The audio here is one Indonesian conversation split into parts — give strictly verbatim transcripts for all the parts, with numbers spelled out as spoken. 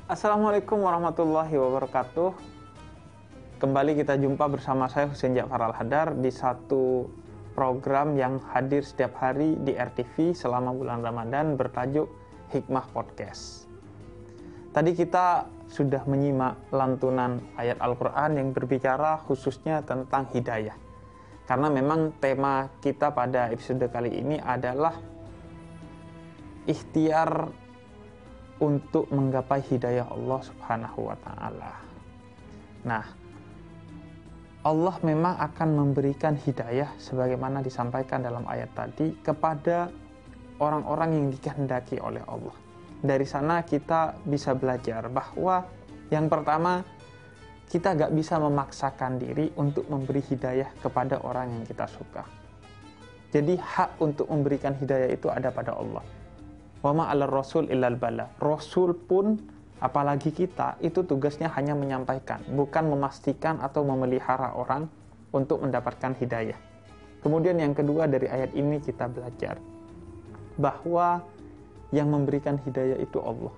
Assalamualaikum warahmatullahi wabarakatuh. Kembali kita jumpa bersama saya Husein Ja'far Al-Hadar di satu program yang hadir setiap hari di R T V selama bulan Ramadan bertajuk Hikmah Podcast. Tadi kita sudah menyimak lantunan ayat Al-Quran yang berbicara khususnya tentang hidayah. Karena memang tema kita pada episode kali ini adalah ikhtiar untuk menggapai hidayah Allah Subhanahu wa Ta'ala. Nah, Allah memang akan memberikan hidayah sebagaimana disampaikan dalam ayat tadi kepada orang-orang yang dikehendaki oleh Allah. Dari sana kita bisa belajar bahwa yang pertama, kita gak bisa memaksakan diri untuk memberi hidayah kepada orang yang kita suka. Jadi hak untuk memberikan hidayah itu ada pada Allah. Wa ma 'alar rasul illal bala. Rasul pun, apalagi kita, itu tugasnya hanya menyampaikan, bukan memastikan atau memelihara orang untuk mendapatkan hidayah. Kemudian yang kedua dari ayat ini kita belajar bahwa yang memberikan hidayah itu Allah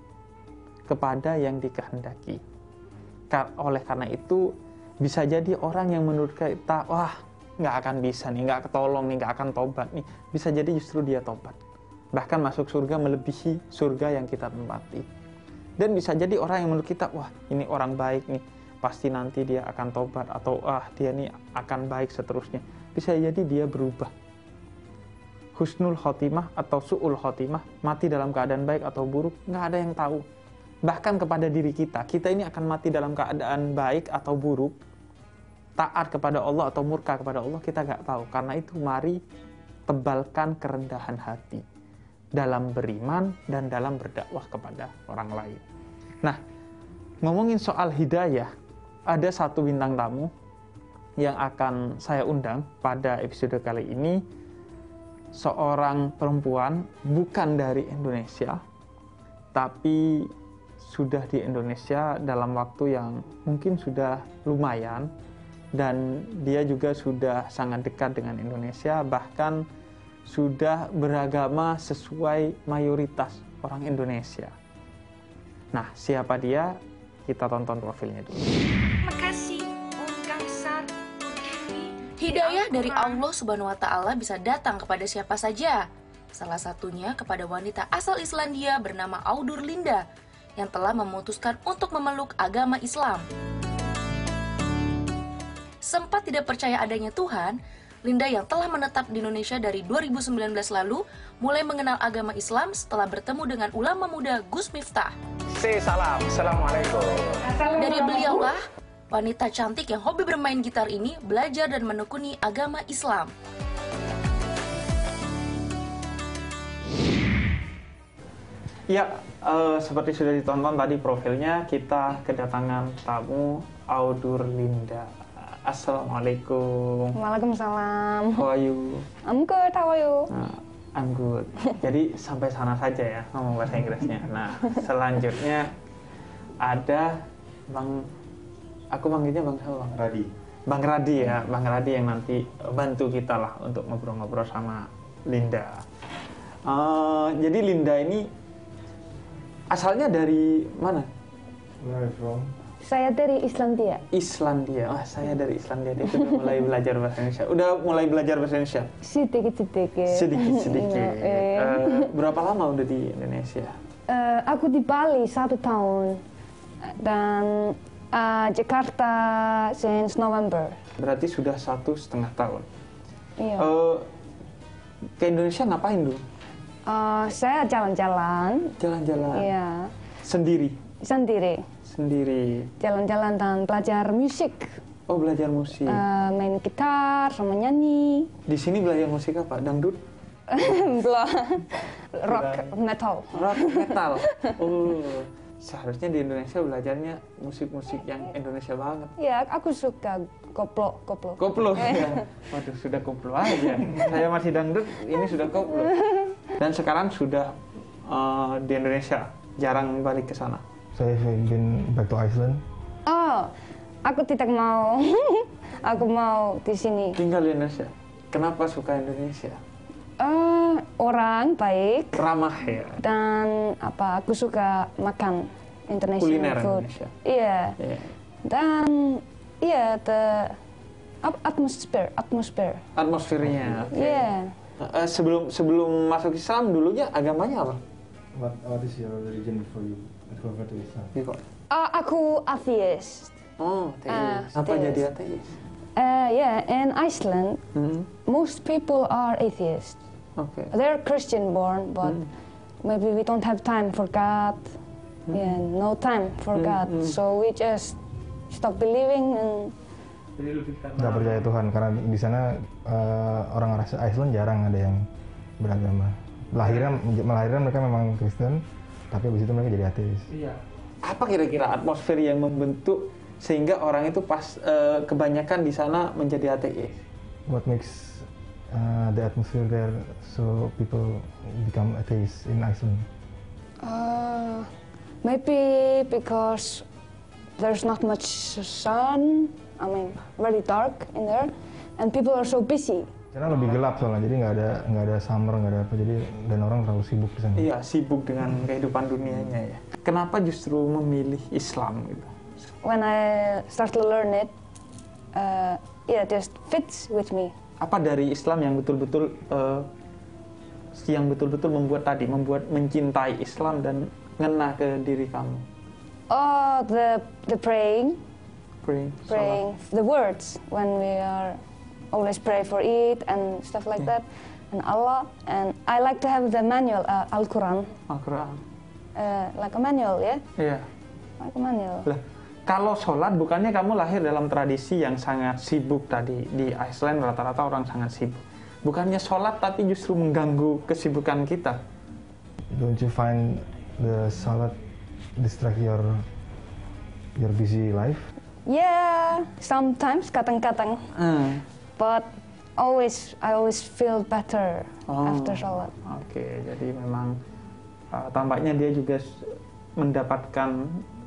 kepada yang dikehendaki. Oleh karena itu, bisa jadi orang yang menurut kita, wah, nggak akan bisa nih, nggak ketolong nih, nggak akan tobat nih. Bisa jadi justru dia tobat. Bahkan masuk surga melebihi surga yang kita tempati. Dan bisa jadi orang yang menurut kita, wah, ini orang baik nih, pasti nanti dia akan tobat. Atau, wah, dia nih akan baik seterusnya. Bisa jadi dia berubah. Husnul khotimah atau su'ul khotimah, mati dalam keadaan baik atau buruk, nggak ada yang tahu. Bahkan kepada diri kita, kita ini akan mati dalam keadaan baik atau buruk, taat kepada Allah atau murka kepada Allah, kita nggak tahu. Karena itu mari tebalkan kerendahan hati dalam beriman dan dalam berdakwah kepada orang lain. Nah, ngomongin soal hidayah, ada satu bintang tamu yang akan saya undang pada episode kali ini, seorang perempuan bukan dari Indonesia, tapi sudah di Indonesia dalam waktu yang mungkin sudah lumayan, dan dia juga sudah sangat dekat dengan Indonesia, bahkan sudah beragama sesuai mayoritas orang Indonesia. Nah, siapa dia? Kita tonton profilnya dulu. Makasih, Om Kangsar. Hidayah dari Allah Subhanahu wa Ta'ala bisa datang kepada siapa saja. Salah satunya kepada wanita asal Islandia bernama Audur Linda yang telah memutuskan untuk memeluk agama Islam. Sempat tidak percaya adanya Tuhan, Linda yang telah menetap di Indonesia dari dua ribu sembilan belas lalu mulai mengenal agama Islam setelah bertemu dengan ulama muda Gus Miftah. Si salam, assalamualaikum. Dari beliaulah, wanita cantik yang hobi bermain gitar ini belajar dan menekuni agama Islam. Ya, uh, seperti sudah ditonton tadi profilnya, kita kedatangan tamu Audur Linda. Assalamualaikum. Waalaikumsalam. How are you? I'm good, how are you? Nah, I'm good. Jadi sampai sana saja ya ngomong bahasa Inggrisnya. Nah, selanjutnya ada Bang, aku manggilnya Bang siapa Bang? Radi. Bang Radi ya, Bang Radi yang nanti bantu kita lah untuk ngobrol-ngobrol sama Linda. Uh, jadi Linda ini asalnya dari mana? Where are you from? Saya dari Islandia. Islandia. Wah, saya dari Islandia. Dia sudah mulai belajar bahasa Indonesia. Udah mulai belajar bahasa Indonesia? Sedikit-sedikit. Sedikit-sedikit. Eh. Uh, berapa lama udah di Indonesia? Uh, aku di Bali satu tahun. Dan uh, Jakarta since November. Berarti sudah satu setengah tahun. Iya. Uh, ke Indonesia ngapain dulu? Uh, saya jalan-jalan. Jalan-jalan? Iya. Sendiri? Sendiri. Sendiri. Jalan-jalan dan belajar musik. Oh, belajar musik. Uh, main gitar sama nyanyi. Di sini belajar musik apa? Dangdut? Belum. Rock, metal. Rock, metal. Oh, seharusnya di Indonesia belajarnya musik-musik yang Indonesia banget. Ya, aku suka koplo, koplo. Koplo ya. Waduh, sudah koplo aja. Saya masih dangdut, ini sudah koplo. Dan sekarang sudah uh, di Indonesia, jarang balik ke sana. Saya been back to Iceland. Oh, aku tidak mau. Aku mau di sini. Tinggal di Indonesia. Kenapa suka Indonesia? Uh, orang baik ramah ya. dan apa aku suka makan international Kuliner food. Indonesia. Iya. Yeah. Dan iya the ap- atmosphere, atmosphere. Atmosfernya. oke. Iya. Eh, sebelum sebelum masuk Islam dulunya agamanya apa? What, what is your religion before you convert to Islam? Gitu. Ah, aku atheist. Oh, Ah, ateis. Apa ateis. jadi ateis? Uh, yeah, in Iceland, Hmm. most people are atheists. Oke. They're Christian born, but Hmm. maybe we don't have time for God. Yeah, no time for Hmm, God. hmm. So we just stop believing and Nggak percaya Tuhan karena di sana eh, orang Iceland jarang ada yang beragama. Melahirkan, melahirkan mereka memang Kristen, tapi habis itu mereka jadi ateis. Iya. Apa kira-kira atmosfer yang membentuk sehingga orang itu pas eh, kebanyakan di sana menjadi ateis? What makes uh, the atmosphere there so people become atheists in Iceland? uh, maybe because there's not much sun. I mean, very dark in there, and people are so busy. Karena lebih gelap soalnya, jadi nggak ada nggak ada summer, nggak ada apa, jadi dan orang terlalu sibuk di sana. Iya, sibuk dengan kehidupan dunianya ya. Kenapa justru memilih Islam gitu? When I start to learn it, uh, yeah, it just fits with me. Apa dari Islam yang betul-betul eh, yang betul-betul membuat tadi membuat mencintai Islam dan ngena ke diri kamu? Oh, the the praying, Praying, praying the words when we are always pray for it and stuff like Yeah. that, and Allah. And I like to have the manual, uh, Al Quran, sholat, Al-Quran. uh, like a manual, yeah, Iya. like a manual. Lah, kalau sholat bukannya kamu lahir dalam tradisi yang sangat sibuk tadi di Iceland, rata-rata orang sangat sibuk. Bukannya sholat tapi justru mengganggu kesibukan kita. Don't you find the salat distract your your busy life? Yeah, sometimes kadang-kadang, Hmm. but always I always feel better Oh. after sholat. Oke, jadi memang uh, tampaknya dia juga s- mendapatkan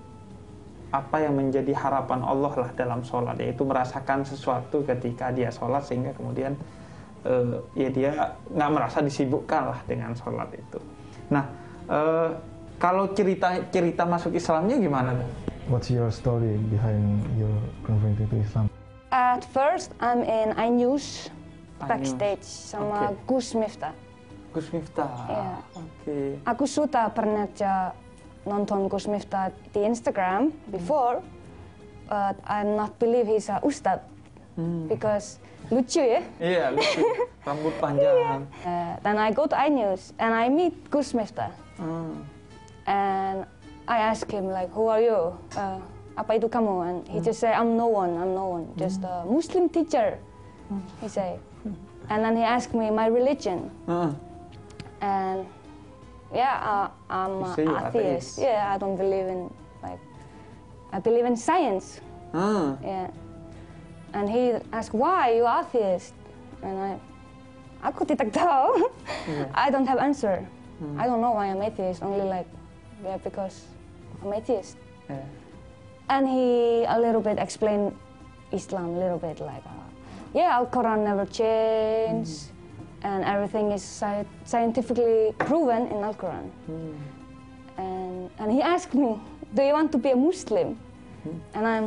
apa yang menjadi harapan Allah lah dalam sholat, yaitu merasakan sesuatu ketika dia sholat sehingga kemudian uh, ya dia nggak merasa disibukkan lah dengan sholat itu. Nah, uh, kalau cerita cerita masuk Islamnya gimana tuh? What's your story behind your converting to Islam? At first, I'm in iNews iNews. backstage sama Oke. Gus Miftah. Gus Miftah. Iya. Oke. Aku sudah pernah ja- nonton Gus Miftah di Instagram before, but I'm not believe he's a ustad Hmm. because lucu ya. Iya, lucu. Rambut panjang. Uh, then I go to iNews and I meet Gus Miftah Hmm. and I ask him like, who are you? Uh, apa itu kamu? And he just say, I'm no one, I'm no one, just a Muslim teacher. He say, and then he asked me my religion. Hmm. And yeah, uh, I'm You say an you're atheist. atheist. Yeah, I don't believe in like I believe in science. Hmm. Yeah. And he asked why you atheist, and I, aku tidak tahu. Yeah. I don't have answer. I don't know why I'm atheist. Only like yeah because I'm atheist. Yeah. And he a little bit explained Islam a little bit like uh, yeah, Al Quran never changed. And everything is sci- scientifically proven in Al Quran. Hmm. And and he asked me, "Do you want to be a Muslim?" And I'm,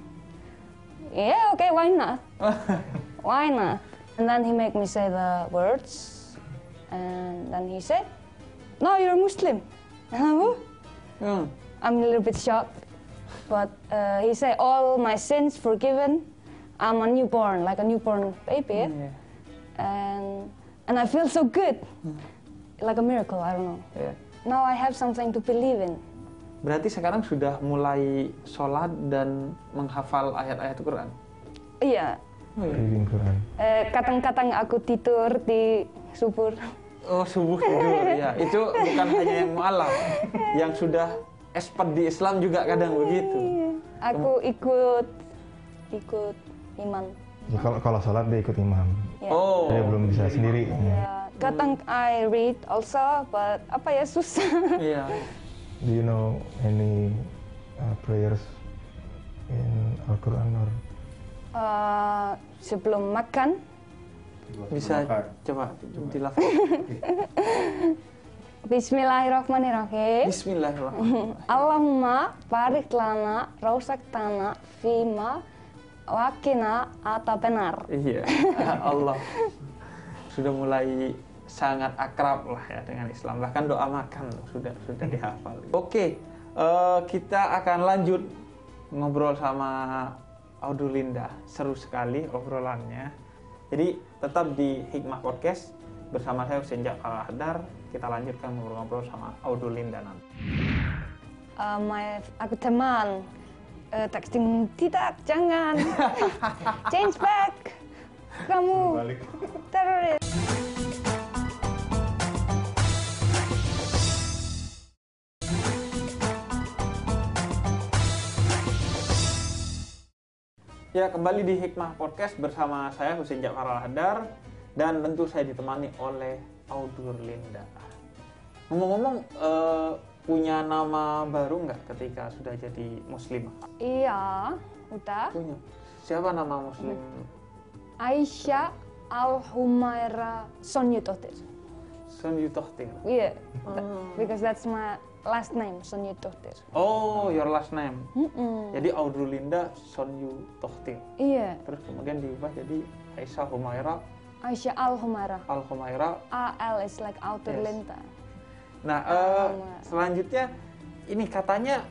yeah, okay, why not? Why not? And then he made me say the words, and then he said, "No, you're a Muslim." And I'm, "Oh." Hmm. I'm a little bit shocked, but uh, he said, "All my sins forgiven. I'm a newborn, like a newborn baby." Yeah. and and I feel so good, like a miracle. I don't know. Yeah. Now I have something to believe in. Berarti sekarang sudah mulai sholat dan menghafal ayat-ayat Quran? Iya, Oh, iya. Reading Quran. eh, kadang-kadang aku tidur di subur. Oh, subuh tidur. Ya, itu bukan hanya yang mu'alaf. Yang sudah expert di Islam juga kadang begitu. Aku ikut ikut imam. Ya, kalau kalau sholat dia ikut imam. Ya. Oh. Dia belum bisa sendiri. Ya. Ya, kadang I read also, but apa ya susah. Iya. Do you know any uh, prayers in Al-Quran or Eh, sebelum makan, Bisa coba dilafalkan. Bismillahirrahmanirrahim. Bismillahirrahmanirrahim. Allahumma barik lana razaqtana fima wakina atau benar. Iya, Allah sudah mulai sangat akrab lah ya dengan Islam. Bahkan doa makan sudah sudah dihafal. Oke, uh, kita akan lanjut ngobrol sama Audulinda. Seru sekali obrolannya. Jadi tetap di Hikmah Podcast bersama saya Husein Ja'far Al-Ahdar. Kita lanjutkan ngobrol-ngobrol sama Audulinda nanti. Uh, my, aku teman uh, texting tidak, jangan. Change back. Kamu teroris. Ya, kembali di Hikmah Podcast bersama saya Husein Ja'far Al-Ahdar dan tentu saya ditemani oleh Audulinda. Ngomong-ngomong, uh, punya nama baru nggak ketika sudah jadi muslimah? Iya, udah. Punya. Siapa nama muslim? Aisyah Al-Humaira Sonyutohtir. Sonyutohtir. Yeah, th- because that's my last name, Sonyutohtir. Oh, your last name. Mm-mm. Jadi Audulinda Sonyutohtir. Iya, Terus kemudian diubah jadi Aisyah Humaira Aisyah Al-Humaira. Al-Humaira. A L is like Audulinda. Nah, uh, selanjutnya ini katanya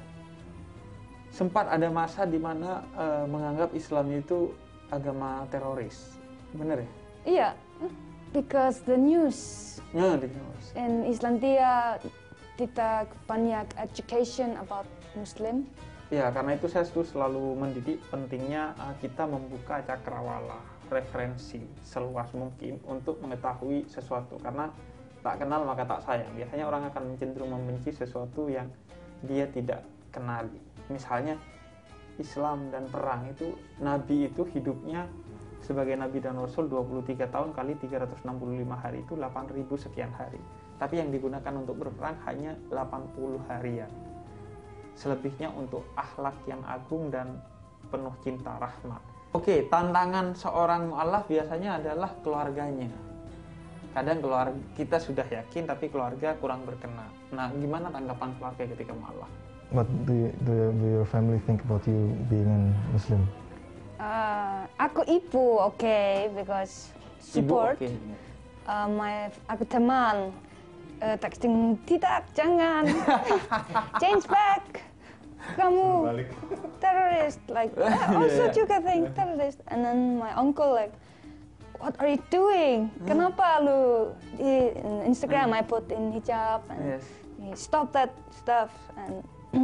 sempat ada masa di mana uh, menganggap Islam itu agama teroris. Bener ya? Iya, because the news Nah, di news. in Islandia tidak banyak education about Muslim. Ya, karena itu saya tuh selalu mendidik pentingnya uh, kita membuka cakrawala referensi seluas mungkin untuk mengetahui sesuatu, karena tak kenal maka tak sayang. Biasanya orang akan cenderung membenci sesuatu yang dia tidak kenali. Misalnya Islam dan perang itu, Nabi itu hidupnya sebagai Nabi dan Rasul dua puluh tiga tahun kali tiga ratus enam puluh lima hari itu delapan ribu sekian hari. Tapi yang digunakan untuk berperang hanya delapan puluh harian. Selebihnya untuk akhlak yang agung dan penuh cinta rahmat. Oke, tantangan seorang mu'alaf biasanya adalah keluarganya. Kadang keluarga kita sudah yakin tapi keluarga kurang berkenan. Nah, gimana tanggapan keluarga ketika mu'alaf? What do, you, do, you, do your family think about you being a Muslim? Uh, aku ibu, oke, okay, because support. Ibu, okay. uh, my, aku teman uh, texting tidak, jangan. Change back. Kamu teroris, like uh, also Yeah. juga think terrorist. And then my uncle like, what are you doing? Kenapa lu di in Instagram I put in hijab and Yes. he stop that stuff and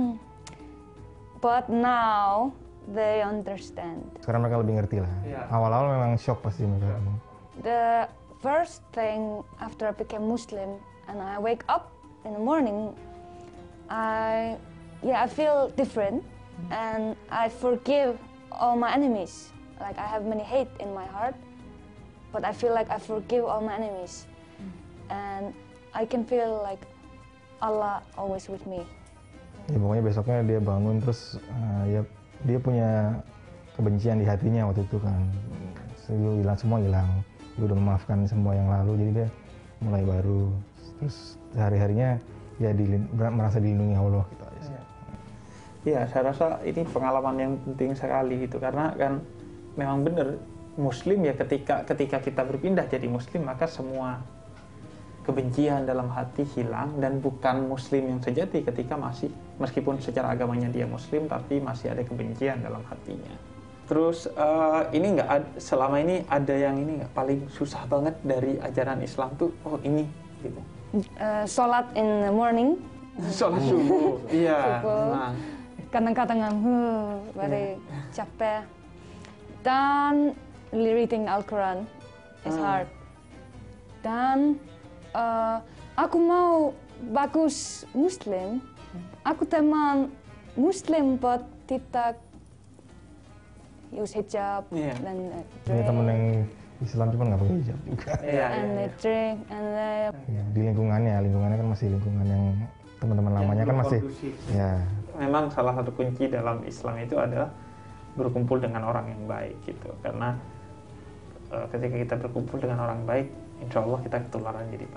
but now they understand. Sekarang mereka lebih ngerti lah. Iya. Awal-awal memang shock pasti mereka. The first thing after I became Muslim and I wake up in the morning, I yeah I feel different and I forgive all my enemies. Like I have many hate in my heart, but I feel like I forgive all my enemies, and I can feel like Allah always with me. Ya pokoknya besoknya dia bangun terus uh, ya dia punya kebencian di hatinya waktu itu kan. Dia hilang, semua hilang. Dia udah memaafkan semua yang lalu, jadi dia mulai baru. Terus sehari-harinya ya dilin, merasa dilindungi Allah gitu aja sih. Iya, saya rasa ini pengalaman yang penting sekali gitu, karena kan memang benar Muslim ya ketika ketika kita berpindah jadi Muslim maka semua kebencian dalam hati hilang, dan bukan Muslim yang sejati ketika masih meskipun secara agamanya dia Muslim tapi masih ada kebencian dalam hatinya. Terus uh, ini nggak selama ini ada yang ini nggak paling susah banget dari ajaran Islam tuh, oh ini gitu. Uh, sholat in the morning. Sholat subuh, iya. Subuh. Nah. Kadang-kadang huh, very capek. Dan reading Al-Quran is Hmm. hard. Dan uh, aku mau bagus Muslim. Aku teman Muslim but tidak use hijab Iya. dan uh, Punya drink. temen yang Islam cuma nggak pakai hijab juga. Iya, and iya, they iya. drink and they Ya, di lingkungannya, lingkungannya kan masih lingkungan yang teman-teman lamanya Yang kan belum masih kondusif. ya. Memang salah satu kunci dalam Islam itu adalah berkumpul dengan orang yang baik gitu, karena uh, ketika kita berkumpul dengan orang baik, insya Allah kita ketularan jadi baik.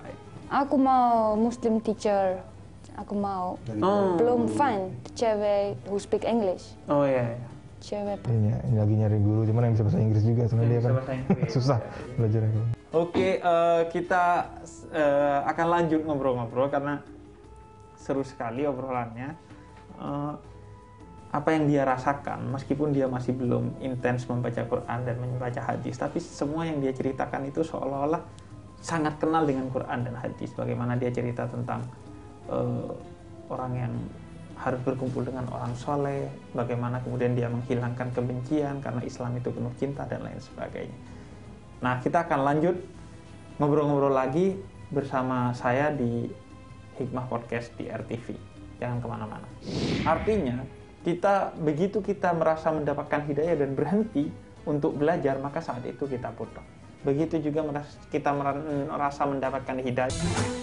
Aku mau Muslim teacher. Aku mau. Oh. Belum find cewek who speak English. Oh iya, iya. Cewek. Iya, ini lagi nyari guru, cuman yang bisa bahasa Inggris juga, soalnya dia Bisa kan bahasa Inggris. susah belajarnya. Oke, eh, kita eh, akan lanjut ngobrol-ngobrol karena seru sekali obrolannya. Eh, apa yang dia rasakan, meskipun dia masih belum intens membaca Quran dan membaca hadis, tapi semua yang dia ceritakan itu seolah-olah sangat kenal dengan Quran dan hadis. Bagaimana dia cerita tentang uh, orang yang harus berkumpul dengan orang soleh, bagaimana kemudian dia menghilangkan kebencian karena Islam itu penuh cinta dan lain sebagainya. Nah, kita akan lanjut ngobrol-ngobrol lagi bersama saya di Hikmah Podcast di R T V. Jangan kemana-mana. Artinya, kita begitu kita merasa mendapatkan hidayah dan berhenti untuk belajar, maka saat itu kita bodoh. Begitu juga kita merasa mendapatkan hidayah.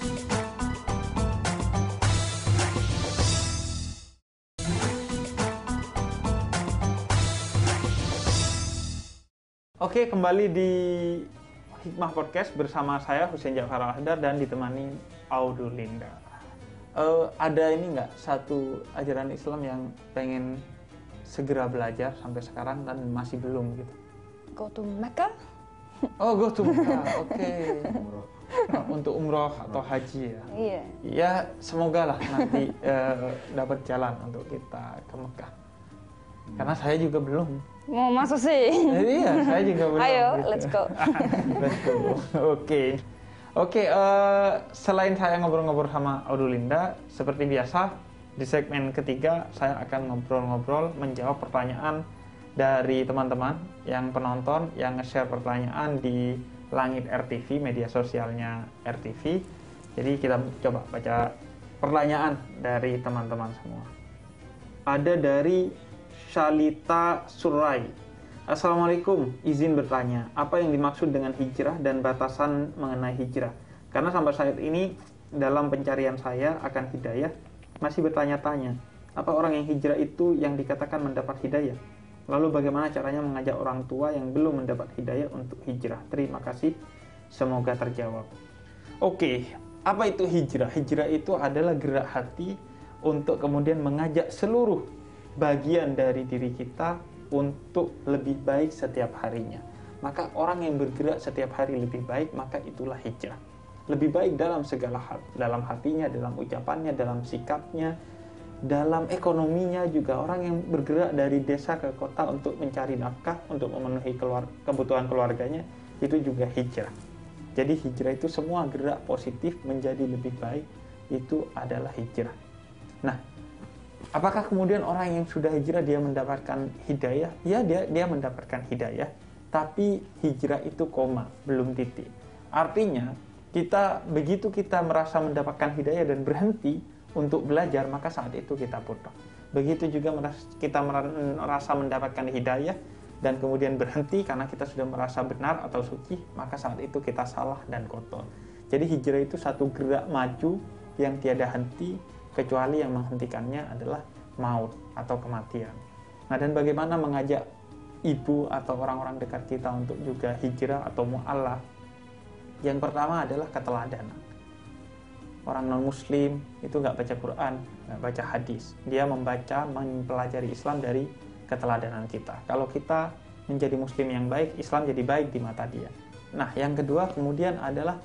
Oke, kembali di Hikmah Podcast bersama saya Husein Ja'far Al-Ahdar dan ditemani Audur Linda. Uh, ada ini nggak satu ajaran Islam yang pengen segera belajar sampai sekarang dan masih belum gitu? Go to Mecca? Oh, go to Mecca, oke. Okay. Untuk umroh atau haji ya? Iya. Ya, semoga lah nanti uh, dapat jalan untuk kita ke Mekah. Karena saya juga belum. Mau masuk sih. Eh, iya, saya juga belum. Ayo, gitu. let's go. Let's go. Oke. Okay. Oke, okay, uh, selain saya ngobrol-ngobrol sama Audur Linda, seperti biasa di segmen ketiga saya akan ngobrol-ngobrol menjawab pertanyaan dari teman-teman yang penonton yang nge-share pertanyaan di Langit R T V, media sosialnya R T V. Jadi kita coba baca pertanyaan dari teman-teman semua. Ada dari Shalita Surai. Assalamualaikum, izin bertanya, apa yang dimaksud dengan hijrah dan batasan mengenai hijrah? Karena sampai saat ini dalam pencarian saya akan hidayah masih bertanya-tanya, apa orang yang hijrah itu yang dikatakan mendapat hidayah? Lalu bagaimana caranya mengajak orang tua yang belum mendapat hidayah untuk hijrah? Terima kasih, semoga terjawab. Oke, apa itu hijrah? Hijrah itu adalah gerak hati untuk kemudian mengajak seluruh bagian dari diri kita untuk lebih baik setiap harinya. Maka orang yang bergerak setiap hari lebih baik, maka itulah hijrah. Lebih baik dalam segala hal, dalam hatinya, dalam ucapannya, dalam sikapnya, dalam ekonominya juga. Orang yang bergerak dari desa ke kota untuk mencari nafkah, untuk memenuhi keluar, kebutuhan keluarganya, itu juga hijrah. Jadi hijrah itu semua gerak positif menjadi lebih baik, itu adalah hijrah. Nah, apakah kemudian orang yang sudah hijrah dia mendapatkan hidayah? Ya, dia dia mendapatkan hidayah, tapi hijrah itu koma, belum titik. Artinya, kita begitu kita merasa mendapatkan hidayah dan berhenti untuk belajar, maka saat itu kita bodoh. Begitu juga kita merasa mendapatkan hidayah dan kemudian berhenti karena kita sudah merasa benar atau suci, maka saat itu kita salah dan kotor. Jadi hijrah itu satu gerak maju yang tiada henti, kecuali yang menghentikannya adalah maut atau kematian. Nah, dan bagaimana mengajak ibu atau orang-orang dekat kita untuk juga hijrah atau mu'alaf? Yang pertama adalah keteladanan. Orang non-muslim itu nggak baca Quran, nggak baca hadis. Dia membaca, mempelajari Islam dari keteladanan kita. Kalau kita menjadi muslim yang baik, Islam jadi baik di mata dia. Nah, yang kedua kemudian adalah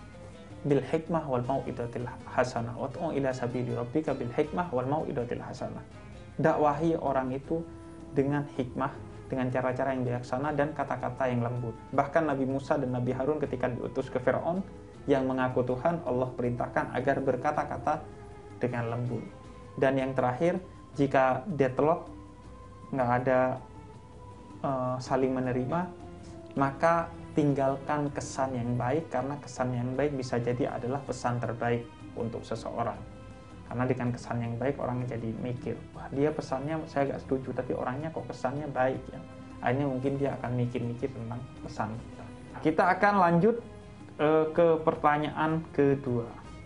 bil hikmah wal mau'idatil hasanah wat'u ila sabili rabbika bil hikmah wal mau'idatil hasanah. Dakwahi orang itu dengan hikmah, dengan cara-cara yang bijaksana dan kata-kata yang lembut. Bahkan Nabi Musa dan Nabi Harun ketika diutus ke Firaun yang mengaku Tuhan, Allah perintahkan agar berkata-kata dengan lembut. Dan yang terakhir, jika deadlock, nggak ada uh, saling menerima, maka tinggalkan kesan yang baik, karena kesan yang baik bisa jadi adalah pesan terbaik untuk seseorang. Karena dengan kesan yang baik orang jadi mikir, wah dia pesannya saya gak setuju, tapi orangnya kok kesannya baik ya. Akhirnya mungkin dia akan mikir-mikir tentang pesan. Kita akan lanjut uh, ke pertanyaan kedua.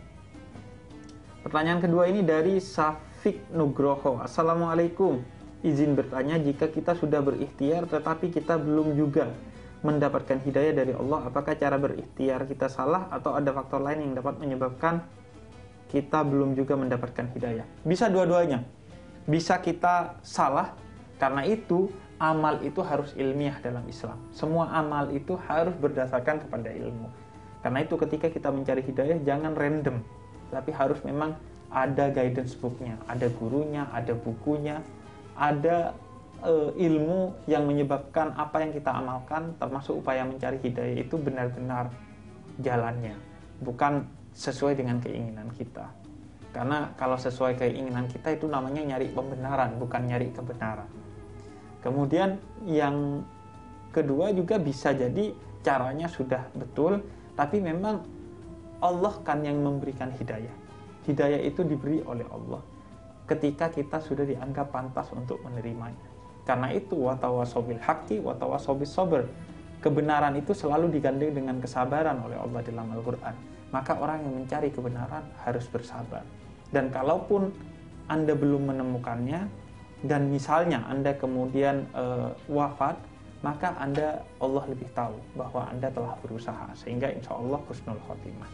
Pertanyaan kedua ini dari Safik Nugroho. Assalamualaikum, izin bertanya, jika kita sudah berikhtiar tetapi kita belum juga mendapatkan hidayah dari Allah, apakah cara berikhtiar kita salah atau ada faktor lain yang dapat menyebabkan kita belum juga mendapatkan hidayah? Bisa dua-duanya. Bisa kita salah, karena itu amal itu harus ilmiah dalam Islam. Semua amal itu harus berdasarkan kepada ilmu. Karena itu ketika kita mencari hidayah jangan random, tapi harus memang ada guidance booknya, ada gurunya, ada bukunya, ada ilmu yang menyebabkan apa yang kita amalkan termasuk upaya mencari hidayah itu benar-benar jalannya, bukan sesuai dengan keinginan kita. Karena kalau sesuai keinginan kita itu namanya nyari pembenaran, bukan nyari kebenaran. Kemudian yang kedua juga bisa jadi caranya sudah betul, tapi memang Allah kan yang memberikan hidayah. Hidayah itu diberi oleh Allah ketika kita sudah dianggap pantas untuk menerimanya. Karena itu watawasau bil haqqi watawasau bis sabr. Kebenaran itu selalu digandeng dengan kesabaran oleh Allah dalam Al-Qur'an. Maka orang yang mencari kebenaran harus bersabar. Dan kalaupun Anda belum menemukannya dan misalnya Anda kemudian e, wafat, maka Anda Allah lebih tahu bahwa Anda telah berusaha, sehingga insya Allah husnul khotimah.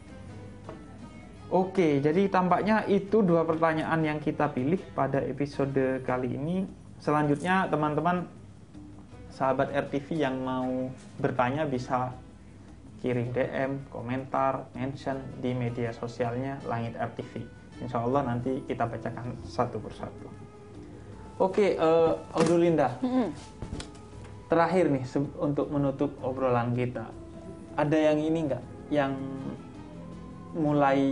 Oke, jadi tampaknya itu dua pertanyaan yang kita pilih pada episode kali ini. Selanjutnya teman-teman sahabat R T V yang mau bertanya bisa kirim D M, komentar, mention di media sosialnya Langit R T V. Insya Allah nanti kita bacakan satu persatu. Oke, uh, Audulinda, mm-hmm. terakhir nih untuk menutup obrolan kita, ada yang ini nggak yang mulai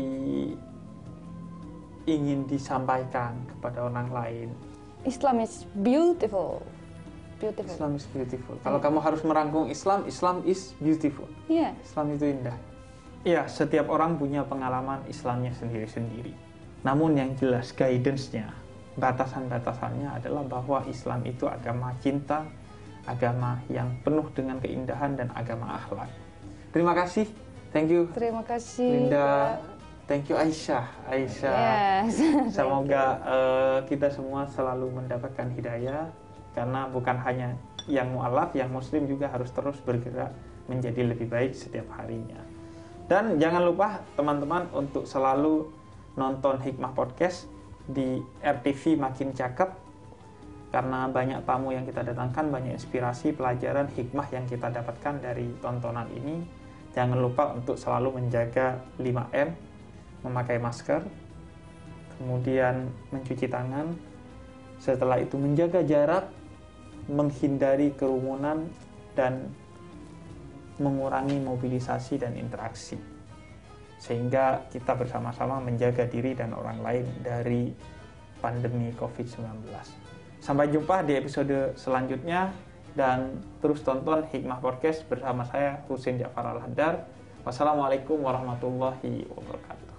ingin disampaikan kepada orang lain? Islam is beautiful. Beautiful. Islam is beautiful. Kalau yeah. kamu harus merangkum Islam, Islam is beautiful. Yeah. Islam itu indah. Iya, setiap orang punya pengalaman Islamnya sendiri-sendiri. Namun yang jelas guidance-nya, batasan-batasannya adalah bahwa Islam itu agama cinta, agama yang penuh dengan keindahan dan agama akhlak. Terima kasih. Thank you. Terima kasih. Linda. Thank you Aisyah. Aisyah. Yes. Semoga uh, kita semua selalu mendapatkan hidayah, karena bukan hanya yang mu'alaf, yang muslim juga harus terus bergerak menjadi lebih baik setiap harinya. Dan jangan lupa teman-teman untuk selalu nonton Hikmah Podcast di R T V Makin Cakep, karena banyak tamu yang kita datangkan, banyak inspirasi, pelajaran, hikmah yang kita dapatkan dari tontonan ini. Jangan lupa untuk selalu menjaga lima M, memakai masker, kemudian mencuci tangan, setelah itu menjaga jarak, menghindari kerumunan, dan mengurangi mobilisasi dan interaksi, sehingga kita bersama-sama menjaga diri dan orang lain dari pandemi covid sembilan belas. Sampai jumpa di episode selanjutnya, dan terus tonton Hikmah Podcast bersama saya Husein Ja'far Al-Haddar. Wassalamualaikum warahmatullahi wabarakatuh.